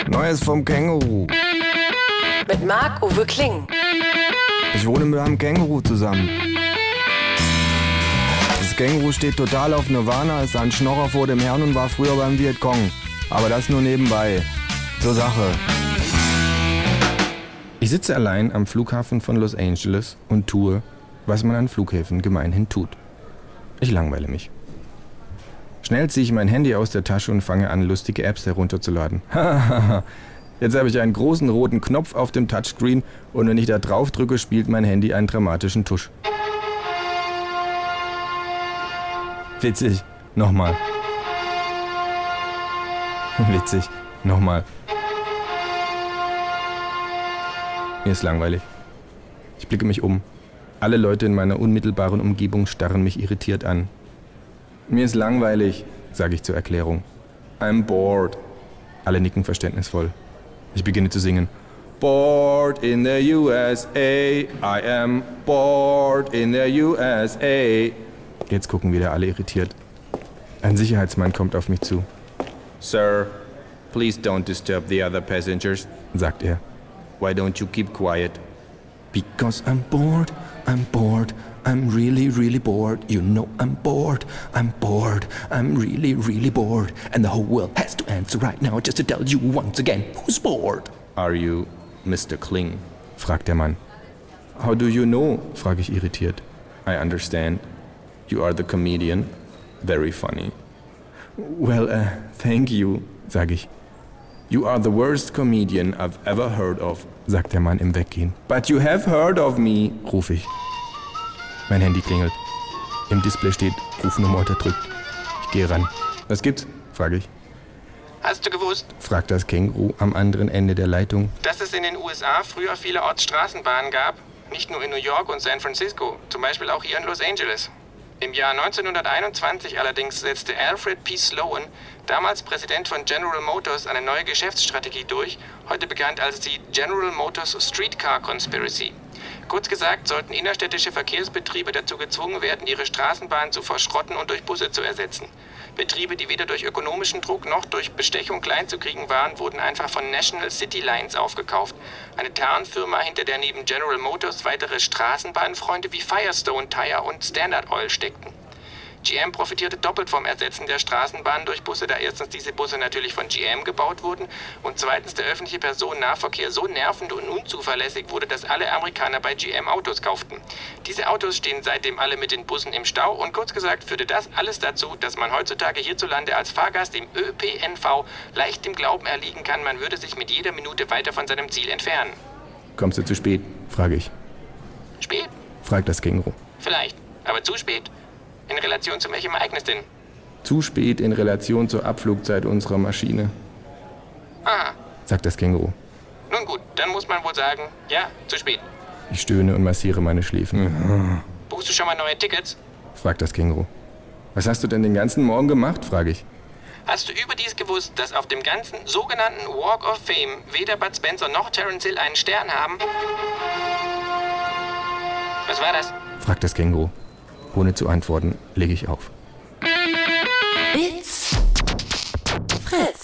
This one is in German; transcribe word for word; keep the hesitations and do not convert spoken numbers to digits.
Neues vom Känguru. Mit Marc-Uwe Kling. Ich wohne mit einem Känguru zusammen. Das Känguru steht total auf Nirvana, ist ein Schnorrer vor dem Herrn und war früher beim Vietcong. Aber das nur nebenbei. Zur Sache. Ich sitze allein am Flughafen von Los Angeles und tue, was man an Flughäfen gemeinhin tut. Ich langweile mich. Schnell ziehe ich mein Handy aus der Tasche und fange an, lustige Apps herunterzuladen. Jetzt habe ich einen großen roten Knopf auf dem Touchscreen und wenn ich da drauf drücke, spielt mein Handy einen dramatischen Tusch. Witzig. Nochmal. Witzig. Nochmal. Mir ist langweilig. Ich blicke mich um. Alle Leute in meiner unmittelbaren Umgebung starren mich irritiert an. Mir ist langweilig, sage ich zur Erklärung. I'm bored. Alle nicken verständnisvoll. Ich beginne zu singen. Bored in the U S A, I am bored in the U S A. Jetzt gucken wieder alle irritiert. Ein Sicherheitsmann kommt auf mich zu. Sir, please don't disturb the other passengers, sagt er. Why don't you keep quiet? Because I'm bored, I'm bored, I'm really, really bored. You know I'm bored, I'm bored, I'm really, really bored. And the whole world has to answer right now just to tell you once again, who's bored? Are you Mister Kling? Fragt der Mann. How do you know? Frage ich irritiert. I understand. You are the comedian. Very funny. Well, uh, thank you, sage ich. You are the worst comedian I've ever heard of, sagt der Mann im Weggehen. But you have heard of me, rufe ich. Mein Handy klingelt. Im Display steht Rufnummer unterdrückt. Ich gehe ran. Was gibt's? Frage ich. Hast du gewusst, fragt das Känguru am anderen Ende der Leitung, dass es in den U S A früher vielerorts Straßenbahnen gab? Nicht nur in New York und San Francisco, zum Beispiel auch hier in Los Angeles. Im Jahr neunzehnhunderteinundzwanzig allerdings setzte Alfred P. Sloan, damals Präsident von General Motors, eine neue Geschäftsstrategie durch, heute bekannt als die General Motors Streetcar Conspiracy. Kurz gesagt sollten innerstädtische Verkehrsbetriebe dazu gezwungen werden, ihre Straßenbahnen zu verschrotten und durch Busse zu ersetzen. Betriebe, die weder durch ökonomischen Druck noch durch Bestechung klein zu kriegen waren, wurden einfach von National City Lines aufgekauft. Eine Tarnfirma, hinter der neben General Motors weitere Straßenbahnfreunde wie Firestone Tire und Standard Oil steckten. G M profitierte doppelt vom Ersetzen der Straßenbahnen durch Busse, da erstens diese Busse natürlich von G M gebaut wurden und zweitens der öffentliche Personennahverkehr so nervend und unzuverlässig wurde, dass alle Amerikaner bei G M Autos kauften. Diese Autos stehen seitdem alle mit den Bussen im Stau und kurz gesagt führte das alles dazu, dass man heutzutage hierzulande als Fahrgast im Ö P N V leicht dem Glauben erliegen kann, man würde sich mit jeder Minute weiter von seinem Ziel entfernen. Kommst du zu spät? Frage ich. Spät? Fragt das Känguru. Vielleicht, aber zu spät. In Relation zu welchem Ereignis denn? Zu spät in Relation zur Abflugzeit unserer Maschine. Aha, sagt das Känguru. Nun gut, dann muss man wohl sagen, ja, zu spät. Ich stöhne und massiere meine Schläfen. Buchst du schon mal neue Tickets? Fragt das Känguru. Was hast du denn den ganzen Morgen gemacht? Frage ich. Hast du überdies gewusst, dass auf dem ganzen sogenannten Walk of Fame weder Bud Spencer noch Terence Hill einen Stern haben? Was war das? Fragt das Känguru. Ohne zu antworten, lege ich auf. It's Fritz.